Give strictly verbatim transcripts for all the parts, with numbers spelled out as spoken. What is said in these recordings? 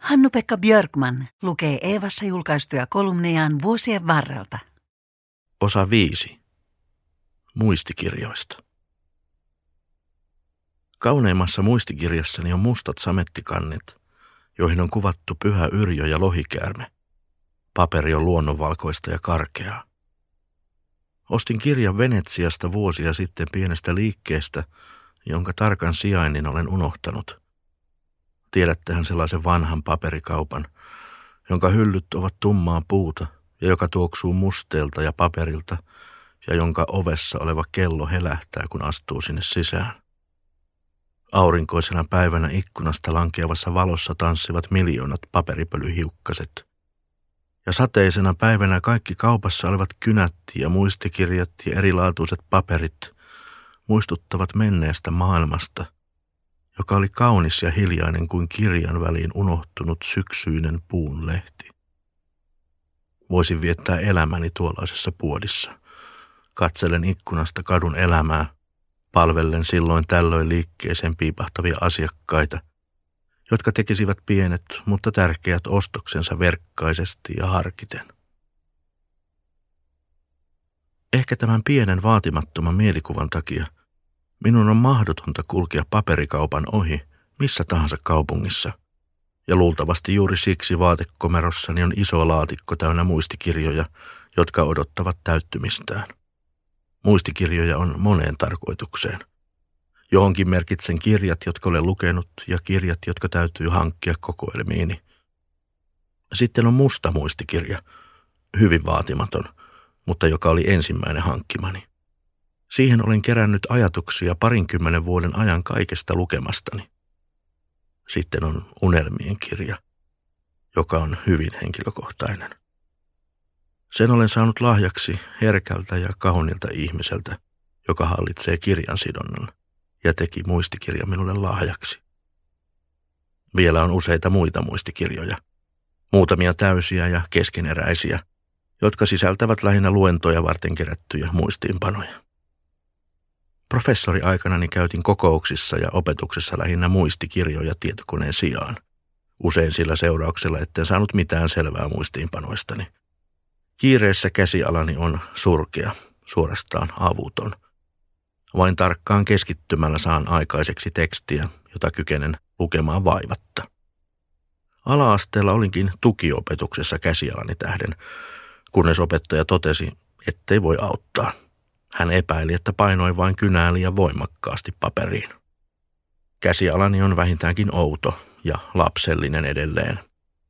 Hannu-Pekka Björkman lukee Eevassa julkaistuja kolumnejaan vuosien varrelta. Osa viisi. Muistikirjoista. Kauneimmassa muistikirjassani on mustat samettikannit, joihin on kuvattu Pyhä Yrjö ja lohikäärme. Paperi on luonnonvalkoista ja karkeaa. Ostin kirjan Venetsiasta vuosia sitten pienestä liikkeestä, jonka tarkan sijainnin olen unohtanut. Tiedättehän sellaisen vanhan paperikaupan, jonka hyllyt ovat tummaa puuta ja joka tuoksuu musteelta ja paperilta ja jonka ovessa oleva kello helähtää, kun astuu sinne sisään. Aurinkoisena päivänä ikkunasta lankeavassa valossa tanssivat miljoonat paperipölyhiukkaset. Ja sateisena päivänä kaikki kaupassa olevat kynät ja muistikirjat ja erilaatuiset paperit muistuttavat menneestä maailmasta, joka oli kaunis ja hiljainen kuin kirjan väliin unohtunut syksyinen puun lehti. Voisin viettää elämäni tuollaisessa puodissa. Katselen ikkunasta kadun elämää, palvellen silloin tällöin liikkeeseen piipahtavia asiakkaita, jotka tekisivät pienet, mutta tärkeät ostoksensa verkkaisesti ja harkiten. Ehkä tämän pienen vaatimattoman mielikuvan takia minun on mahdotonta kulkea paperikaupan ohi missä tahansa kaupungissa, ja luultavasti juuri siksi vaatekomerossani on iso laatikko täynnä muistikirjoja, jotka odottavat täyttymistään. Muistikirjoja on moneen tarkoitukseen. Johonkin merkitsen kirjat, jotka olen lukenut, ja kirjat, jotka täytyy hankkia kokoelmiini. Sitten on musta muistikirja, hyvin vaatimaton, mutta joka oli ensimmäinen hankkimani. Siihen olen kerännyt ajatuksia parinkymmenen vuoden ajan kaikesta lukemastani. Sitten on unelmien kirja, joka on hyvin henkilökohtainen. Sen olen saanut lahjaksi herkältä ja kauniilta ihmiseltä, joka hallitsee kirjansidonnan ja teki muistikirja minulle lahjaksi. Vielä on useita muita muistikirjoja, muutamia täysiä ja keskeneräisiä, jotka sisältävät lähinnä luentoja varten kerättyjä muistiinpanoja. Professoriaikanani käytin kokouksissa ja opetuksessa lähinnä muistikirjoja tietokoneen sijaan, usein sillä seurauksella, etten saanut mitään selvää muistiinpanoistani. Kiireessä käsialani on surkea, suorastaan avuton. Vain tarkkaan keskittymällä saan aikaiseksi tekstiä, jota kykenen lukemaan vaivatta. Ala-asteella olinkin tukiopetuksessa käsialani tähden, kunnes opettaja totesi, ettei voi auttaa. Hän epäili, että painoin vain kynää liian voimakkaasti paperiin. Käsialani on vähintäänkin outo ja lapsellinen edelleen.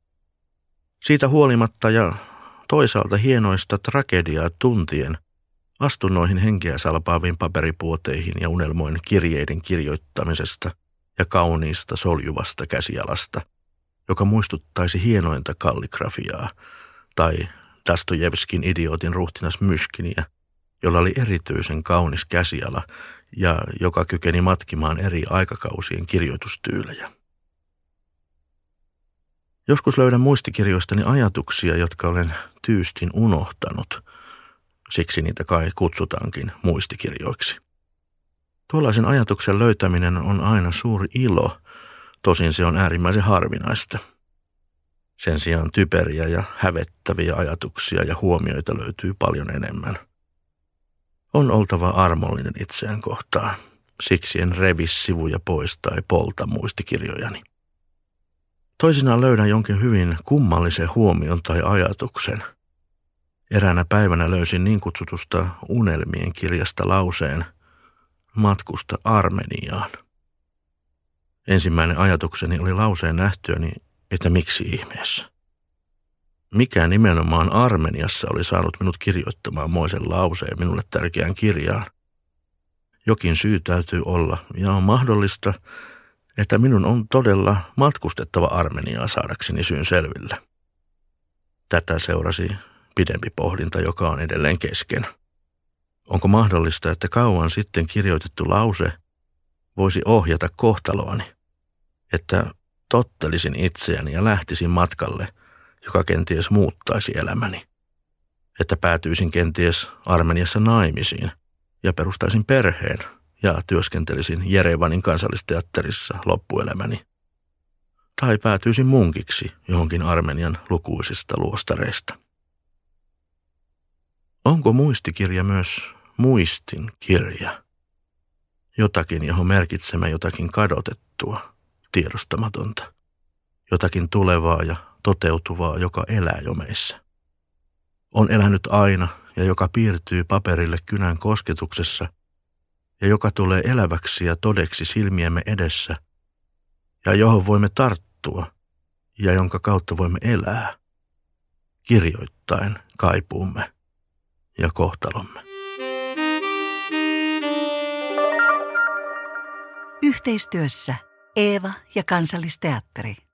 Siitä huolimatta ja toisaalta hienoista tragediaa tuntien astun noihin henkeä salpaaviin paperipuoteihin ja unelmoin kirjeiden kirjoittamisesta ja kauniista soljuvasta käsialasta, joka muistuttaisi hienointa kalligrafiaa, tai Dostojevskin idiootin ruhtinas Myshkiniä, jolla oli erityisen kaunis käsiala ja joka kykeni matkimaan eri aikakausien kirjoitustyylejä. Joskus löydän muistikirjoistani ajatuksia, jotka olen tyystin unohtanut. Siksi niitä kai kutsutaankin muistikirjoiksi. Tuollaisen ajatuksen löytäminen on aina suuri ilo, tosin se on äärimmäisen harvinaista. Sen sijaan typeriä ja hävettäviä ajatuksia ja huomioita löytyy paljon enemmän. On oltava armollinen itseään kohtaan, siksi en revi sivuja pois tai polta muistikirjojani. Toisinaan löydän jonkin hyvin kummallisen huomion tai ajatuksen. Eräänä päivänä löysin niin kutsutusta unelmien kirjasta lauseen matkusta Armeniaan. Ensimmäinen ajatukseni oli lauseen nähtyäni, että miksi ihmeessä. Mikä nimenomaan Armeniassa oli saanut minut kirjoittamaan moisen lauseen minulle tärkeään kirjaan? Jokin syy täytyy olla, ja on mahdollista, että minun on todella matkustettava Armeniaa saadakseni syyn selville. Tätä seurasi pidempi pohdinta, joka on edelleen kesken. Onko mahdollista, että kauan sitten kirjoitettu lause voisi ohjata kohtaloani, että tottelisin itseäni ja lähtisin matkalle, joka kenties muuttaisi elämäni, että päätyisin kenties Armeniassa naimisiin ja perustaisin perheen ja työskentelisin Jerevanin kansallisteatterissa loppuelämäni. Tai päätyisin munkiksi johonkin Armenian lukuisista luostareista. Onko muistikirja myös muistin kirja? Jotakin, johon merkitsemme jotakin kadotettua, tiedostamatonta. Jotakin tulevaa ja toteutuvaa, joka elää jo meissä. On elänyt aina ja joka piirtyy paperille kynän kosketuksessa ja joka tulee eläväksi ja todeksi silmiemme edessä ja johon voimme tarttua ja jonka kautta voimme elää, kirjoittaen kaipuumme ja kohtalomme. Yhteistyössä Eeva ja Kansallisteatteri.